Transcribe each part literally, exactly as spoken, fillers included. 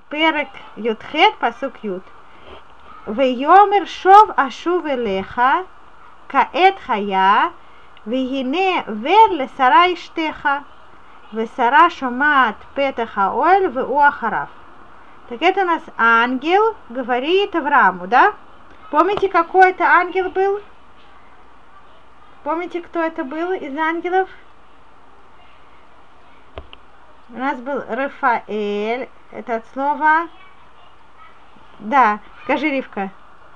перек Ютхет, пасук Ют. Вейомер шов ашув элеха, каэт хая, вегине вер лесара иштеха, весара шомат петах аоэль веу ахарав. Так это у нас ангел говорит Аврааму, да? Помните, какой это ангел был? Помните, кто это был из ангелов? У нас был Рафаэль, это от слова... Да, скажи, Ривка.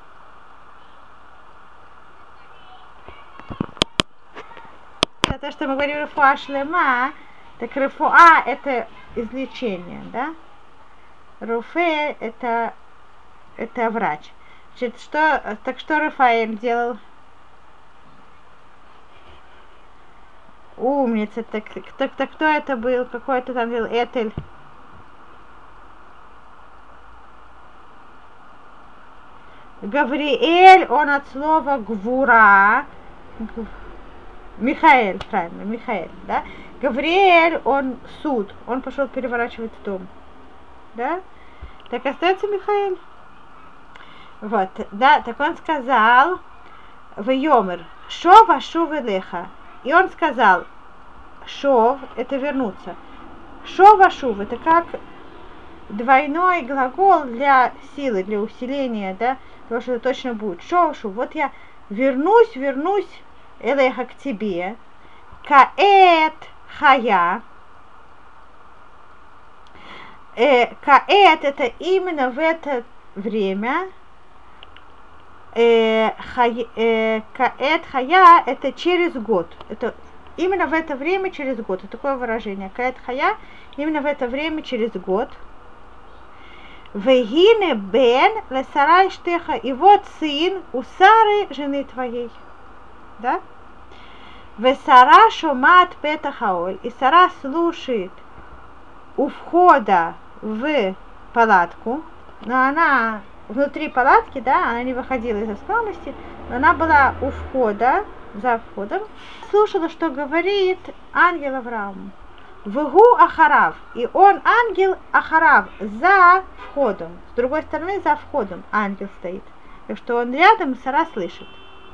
Это то, что мы говорим Рафуа Шлема, так Рафуа это излечение, да? Руфе это, это врач. Значит, что, так что Рафаэль делал? Умница. Так, так, так кто это был? Какой это там был? Этель. Гавриэль, он от слова гвура. Михаэль, правильно, Михаэль, да? Гавриэль, он суд. Он пошел переворачивать дом. Да? Так остается Михаэль. Вот, да, так он сказал Вейомер, шов ашув элеха. И он сказал, шов, это вернуться. Шов ашув, это как двойной глагол для силы, для усиления, да, того, что это точно будет. Шов ашув, вот я вернусь, вернусь, элеха, к тебе. Каэт хая. Э, каэт, это именно в это время. Э, хай, э, каэт хая, это через год. Это именно в это время через год. Это такое выражение. Каэт хая, именно в это время через год. Вегине бен лесара иштеха. И вот сын у Сары, жены твоей. Да? Весара шомат петах аоль. И Сара слушает у входа в палатку. Но она внутри палатки, да, она не выходила из скромности, но она была у входа, за входом, слушала, что говорит ангел Аврааму. Вгу Ахарав. И он ангел Ахарав за входом. С другой стороны, за входом ангел стоит. Так что он рядом, и Сара слышит.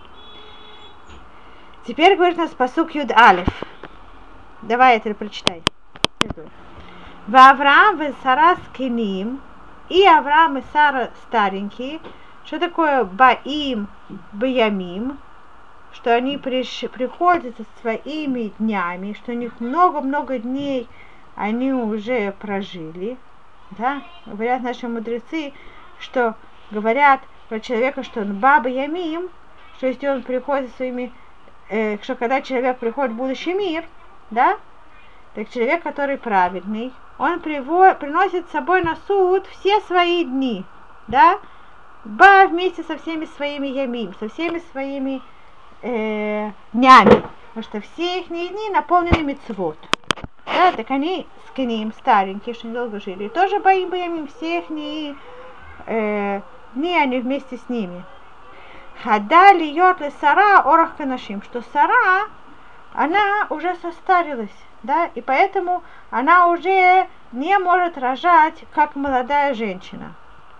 Теперь говорит нас пасук Юд Алеф. Давай это прочитай. Ва Авраам ве Сара скиним. И Авраам и Сара старенькие. Что такое Баим, Баямим? Что они приш, приходят со своими днями, что у них много-много дней они уже прожили. Да? Говорят наши мудрецы, что говорят про человека, что он Баба Ямим, что если он приходит со своими, э, что когда человек приходит в будущий мир, да, так человек, который праведный, он приводит, приносит с собой на суд все свои дни, да, ба вместе со всеми своими ямим, со всеми своими э, днями, потому что все их дни наполнены мицвот, да, так они с ним старенькие, что недолго жили, и тоже баим ямим, все их дни, э, дни они вместе с ними. Хада льет ли Сара орах канашим, что Сара, она уже состарилась, да, и поэтому она уже не может рожать, как молодая женщина.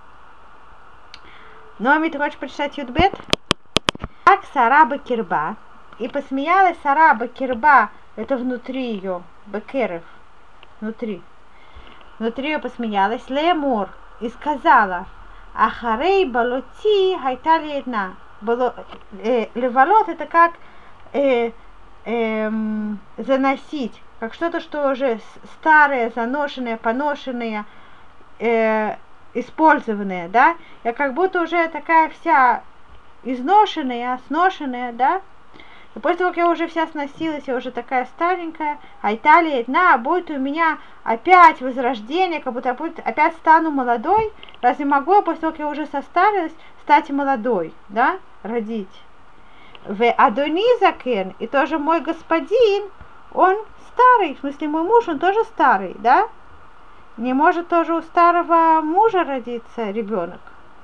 Но Ами, ты хочешь прочитать Юдбет? Так Сара Бакирба, и посмеялась Сара Бакирба, это внутри ее, Бакерев, внутри, внутри ее посмеялась, Лемор, и сказала, Ахарей балоти хайтали една. Леволот это как э, э, заносить, как что-то, что уже старое, заношенное, поношенное, э, использованное, да, я как будто уже такая вся изношенная, сношенная, да, и после того, как я уже вся сносилась, я уже такая старенькая, а Италия одна, будет у меня опять возрождение, как будто я опять стану молодой, разве могу я после того, как я уже состарилась, стать молодой, да, родить? В Адони закен, и тоже мой господин, он старый, в смысле мой муж, он тоже старый, да? Не может тоже у старого мужа родиться ребенок.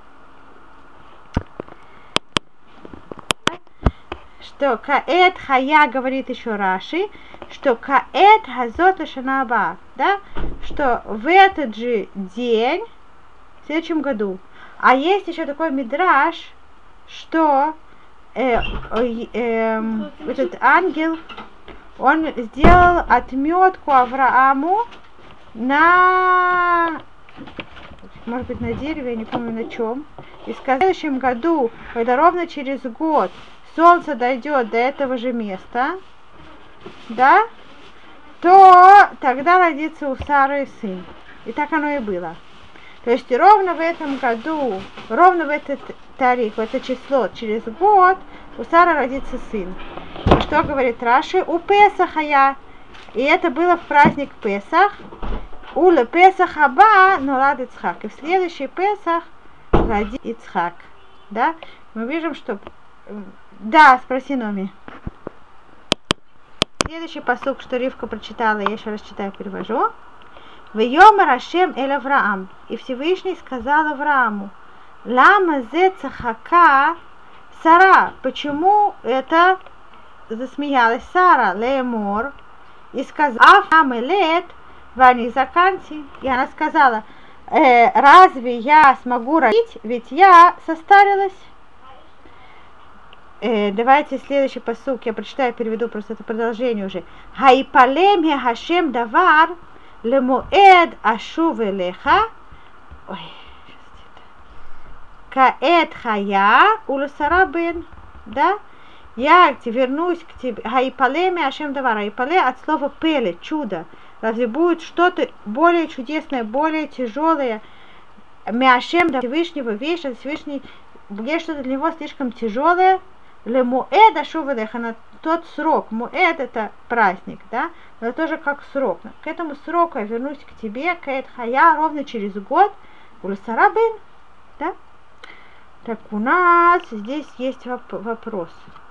Что каэт хая, говорит еще Раши, что каэт хазот лашанаба, да? Что в этот же день, в следующем году. А есть еще такой мидраш, что э, э, э, этот ангел, он сделал отметку Аврааму на, может быть, на дереве, я не помню на чем. И сказал, в следующем году, когда ровно через год солнце дойдет до этого же места, да, то тогда родится у Сары сын. И так оно и было. То есть ровно в этом году, ровно в этот тарих, в это число, через год у Сары родится сын. И что говорит Раши? У Песаха я. И это было в праздник Песах. Уле Песах Аба, но рад Ицхак. И в следующий Песах родит Ицхак. Да? Мы видим, что... Да, спроси Номи. Следующий пасук, что Ривка прочитала, я еще раз читаю, перевожу. Вейомер Ашем эль Авраам. И Всевышний сказал Аврааму: Лама зе цахака Сара. Почему это засмеялась Сара? Леемор. И сказала: Авраам элет вани заканти. И она сказала: э, разве я смогу родить? Ведь я состарилась. Э, давайте следующий пасук я прочитаю, переведу, просто это продолжение уже. Хайпалем хе Хашем давар лемуэд ашув элеха. Ой, каэт хая улусара бен. Да? Я вернусь к тебе. Хайпалеме Хашем давар. Хайпале от слова пеле, чудо. Разве будет что-то более чудесное, более тяжелое? Мяшем до Всевышнего вещь, от Всевышний, есть что-то для него слишком тяжелое. Лемуэд ашув элеха, на тот срок. Муэд это праздник, да? Но это тоже как срок. К этому сроку я вернусь к тебе, каэт хая, ровно через год. Улусара бен. Да? Так, у нас здесь есть воп- вопрос.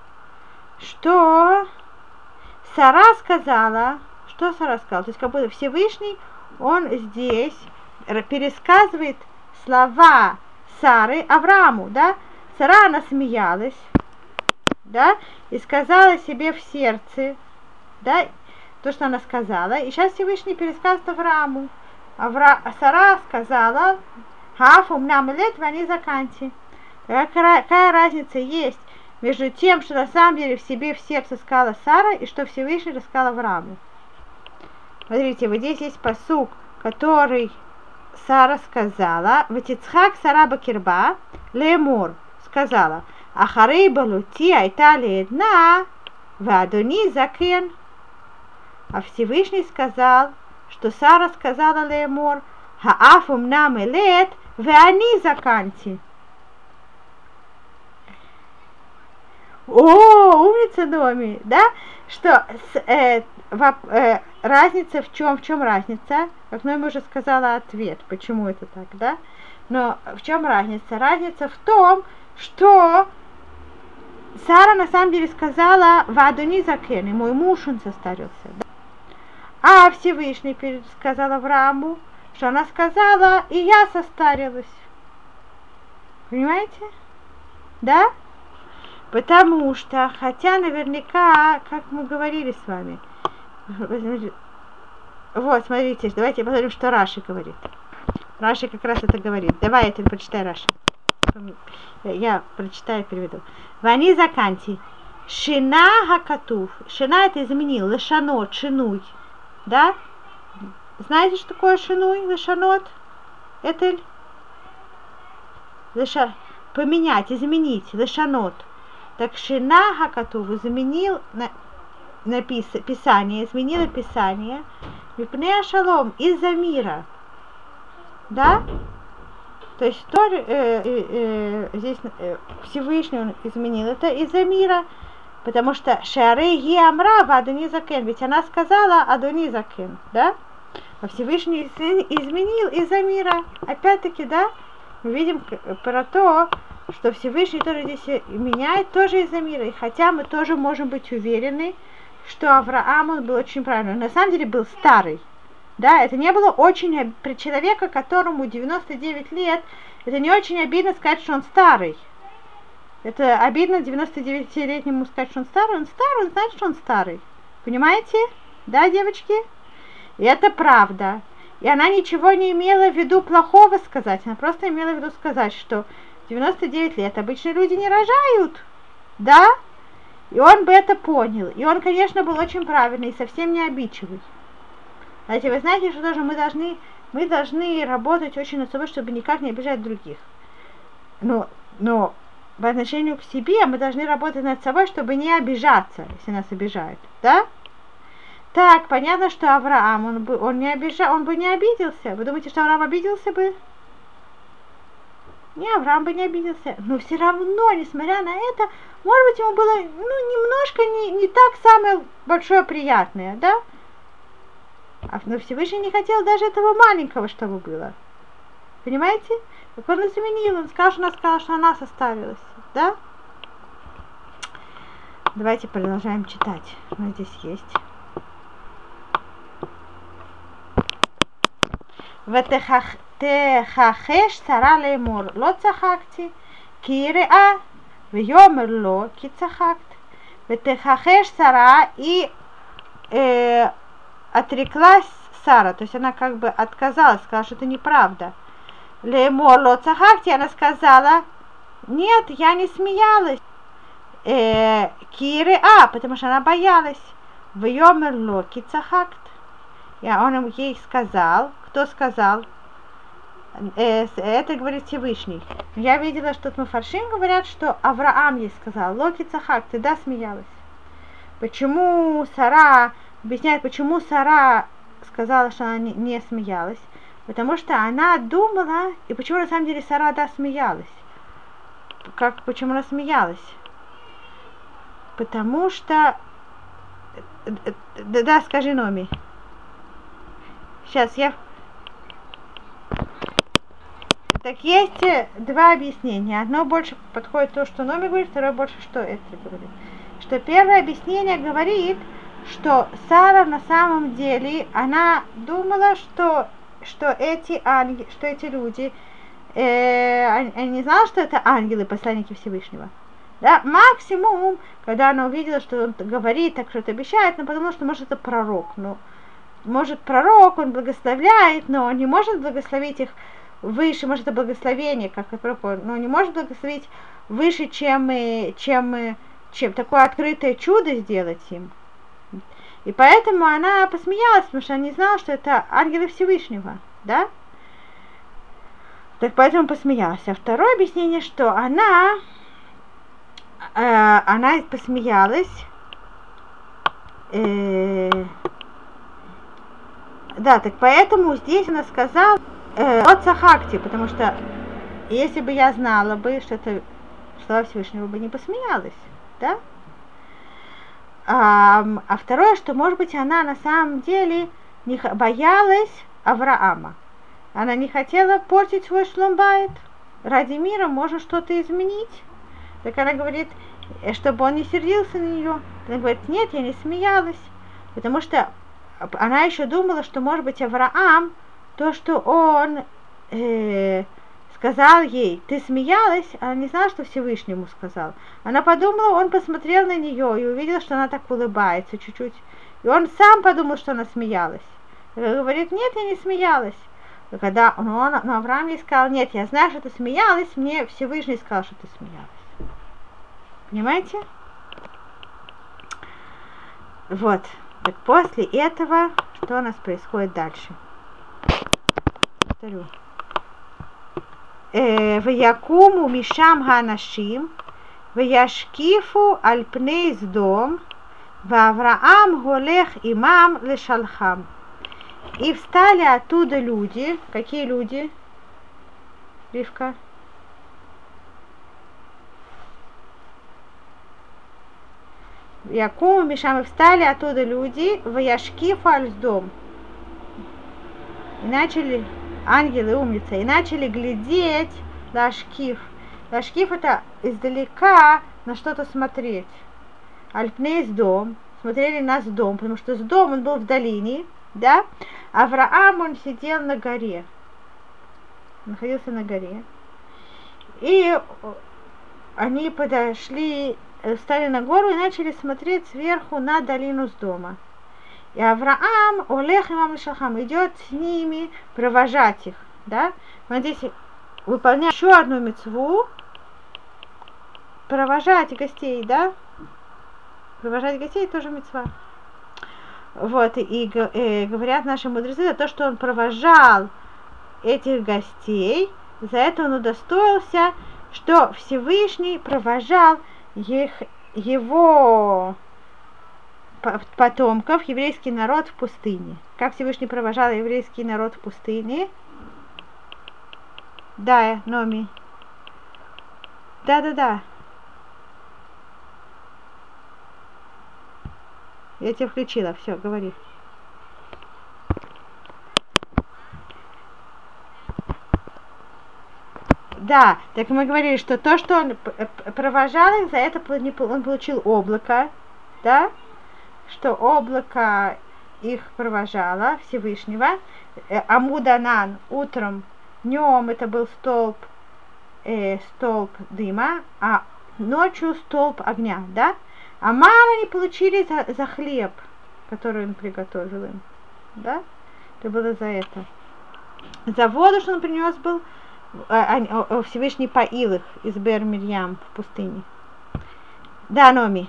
Что Сара сказала? Что Сара сказала? То есть, как будто Всевышний, он здесь пересказывает слова Сары Аврааму, да? Сара, она смеялась, да? И сказала себе в сердце, да? То, что она сказала. И сейчас Всевышний пересказывает Аврааму. Авра... Сара сказала: Хафу мнам лет вани заканти. Какая разница есть между тем, что на самом деле в себе в сердце сказала Сара, и что Всевышний рассказал Аврааму? Смотрите, вот здесь есть пасук, который Сара сказала: Ватицхак Сара бакирба лемор, сказала: Ахарей балути айта леедна вадони закен. А Всевышний сказал, что Сара сказала лемор: Хаафум нам элет вани заканти. О, умница Доми, да? Что э, воп, э, разница в чем? В чем разница? Как Номи уже сказала ответ, почему это так, да? Но в чем разница? Разница в том, что Сара на самом деле сказала: Вадуни закен, и мой муж, он состарился. Да? А Всевышний сказал Аврааму, что она сказала: и я состарилась. Понимаете? Да? Потому что, хотя наверняка, как мы говорили с вами, вот, смотрите, давайте посмотрим, что Раши говорит. Раши как раз это говорит. Давай, я прочитай Раши. Я прочитаю и переведу. Вани заканти. Шина хакатув. Шина это изменил. Лешанот, шинуй. Да? Знаете, что такое шинуй, лешанот? Это леша... поменять, изменить, лешанот. Так шина хакатув изменил на, на пис, писание, изменило писание. Мипнея шалом, из-за мира. Да? То есть то, э, э, э, здесь э, Всевышний он изменил это из-за мира. Потому что Шаре ги амра в Адони закен. Ведь она сказала Адони закен. Да? А Всевышний изменил из-за мира. Опять-таки, да? Мы видим про то, что Всевышний тоже здесь меняет, тоже из-за мира. И хотя мы тоже можем быть уверены, что Авраам, он был очень правильный. Он на самом деле был старый. Да, это не было очень... При человеке, которому девяносто девять лет, это не очень обидно сказать, что он старый. Это обидно девяностодевятилетнему сказать, что он старый. Он старый, он знает, что он старый. Понимаете? Да, девочки? И это правда. И она ничего не имела в виду плохого сказать, она просто имела в виду сказать, что девяносто девять лет обычные люди не рожают, да? И он бы это понял. И он, конечно, был очень правильный и совсем не обидчивый. Знаете, вы знаете, что тоже мы должны, мы должны работать очень над собой, чтобы никак не обижать других. Но, но по отношению к себе мы должны работать над собой, чтобы не обижаться, если нас обижают, да? Так, понятно, что Авраам, он бы, он не обижал, он бы не обиделся. Вы думаете, что Авраам обиделся бы? Не, Авраам бы не обиделся. Но все равно, несмотря на это, может быть, ему было, ну, немножко не, не так самое большое приятное, да? Но Всевышний не хотел даже этого маленького, чтобы было. Понимаете? Как он изменил, он сказал, что она сказала, что она составилась, да? Давайте продолжаем читать. У нас здесь есть. ותכחש שרה לאמור, לא צחקתי, כי היא ראה, ויאמר לו, כי צחקת. ותכחש שרה, и э, отреклась Сара, то есть она как бы отказалась, сказала, что это неправда. Леемор ло цахакти, она сказала, нет, я не смеялась. Э, ки реа, потому что она боялась. Вьомер ло ки цахакт. И он ей сказал, кто сказал? Э, это говорит Всевышний. Я видела, что Мафаршим говорят, что Авраам ей сказал, локи цахак, ты да смеялась. Почему Сара, объясняет, почему Сара сказала, что она не, не смеялась? Потому что она думала, и почему на самом деле Сара да смеялась? Как, почему она смеялась? Потому что, да, да скажи, Номи. Сейчас я... Так есть два объяснения. Одно больше подходит то, что Номи говорит, второе больше, что это говорит. Что первое объяснение говорит, что Сара на самом деле, она думала, что, что, эти, ангелы, что эти люди, э, она не знала, что это ангелы, посланники Всевышнего. Да? Максимум, когда она увидела, что он говорит, так что-то обещает, она подумала, что может это пророк. Ну, может пророк, он благословляет, но он не может благословить их выше, может это благословение, как это, но не может благословить выше, чем, чем, чем такое открытое чудо сделать им. И поэтому она посмеялась, потому что она не знала, что это ангелы Всевышнего, да? Так поэтому посмеялась. А второе объяснение, что она, э, она посмеялась, э, да, так поэтому здесь она сказала, от Сахакти, потому что если бы я знала бы, что это слова Всевышнего, бы не посмеялась, да? А, а второе, что, может быть, она на самом деле не боялась Авраама. Она не хотела портить свой шломбайт. Ради мира можно что-то изменить. Так она говорит, чтобы он не сердился на нее. Она говорит, нет, я не смеялась. Потому что она еще думала, что, может быть, Авраам, то, что он э, сказал ей, ты смеялась, она не знала, что Всевышнему сказал. Она подумала, он посмотрел на нее и увидел, что она так улыбается чуть-чуть. И он сам подумал, что она смеялась. И говорит, нет, я не смеялась. И когда он, он, но Авраам ей сказал, нет, я знаю, что ты смеялась, мне Всевышний сказал, что ты смеялась. Понимаете? Вот. Так после этого, что у нас происходит дальше? Повторю. ויקומו משם האנשים וישקיפו על פני סדום ואברהם הולך עמם לשלחם. И встали оттуда люди. Какие люди? Ривка? Якуму Мишам, и встали оттуда люди в Яшкифу аль-Сдом. И начали, ангелы умницы, и начали глядеть на Ашкиф. Ашкиф это издалека на что-то смотреть. Альпней Сдом, смотрели на Сдом, потому что Сдом он был в долине, да? Авраам он сидел на горе. Находился на горе. И они подошли, встали на гору и начали смотреть сверху на долину Сдома. И Авраам, Олех и Мам Шалхам, идет с ними провожать их, да. Он здесь выполняет еще одну мицву, провожать гостей, да. Провожать гостей тоже мицва. Вот, и, и говорят наши мудрецы, за то, что он провожал этих гостей, за это он удостоился, что Всевышний провожал их, его потомков, еврейский народ в пустыне. Как Всевышний провожал еврейский народ в пустыне? Да, Номи. Да-да-да. Я тебя включила, все, говори. Да, так мы говорили, что то, что он провожал их, за это он получил облако, да, что облако их провожало Всевышнего. Амуданан утром, днем это был столб, э, столб дыма, а ночью столб огня, да. А мало они получили за, за хлеб, который он приготовил им, да. Это было за это. За воду, что он принес, был Всевышний поил их из Бер Мирьям в пустыне. Да, Номи.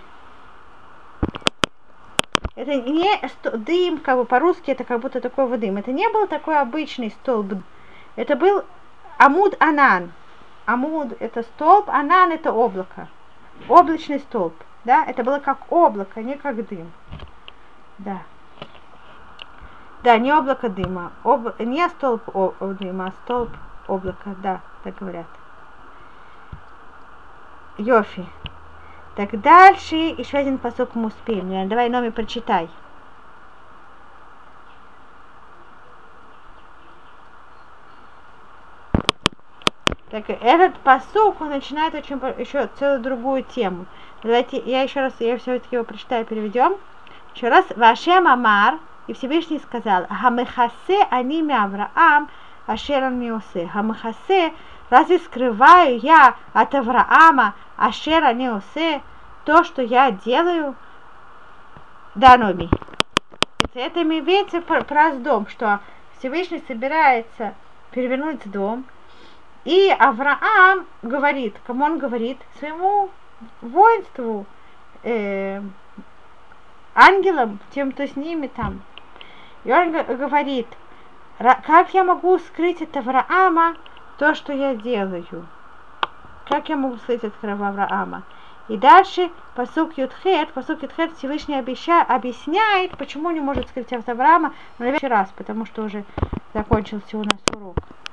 Это не дым, как бы по-русски это как будто такой вот дым. Это не был такой обычный столб. Это был Амуд Анан. Амуд это столб, Анан это облако. Облачный столб. Да, это было как облако, не как дым. Да. Да, не облако дыма. Об... Не столб о... дыма, а столб облака, да, так говорят. Йофи. Так дальше еще один пасук мы успеем. Давай, Номи, прочитай. Так, этот пасук, он начинает очень еще целую другую тему. Давайте, я еще раз, я все-таки его прочитаю, переведем. Еще раз. Вашем Амар, и Всевышний сказал, Хамехасе аними Авраам, Ашер он миосе. Хамехасе, разве скрываю я от Авраама, Ашер он миосе, то, что я делаю? Да, Номи. Это имеется про дом, что Всевышний собирается перевернуть дом, и Авраам говорит, кому он говорит? Своему воинству, э, ангелам, тем, кто с ними там. И он говорит, как я могу скрыть от Авраама то, что я делаю? Как я могу скрыть от Авраама? И дальше пасук Ютхет, пасук Ютхет Всевышний обеща, объясняет, почему не может скрыть от Авраама, но в следующий раз, потому что уже закончился у нас урок.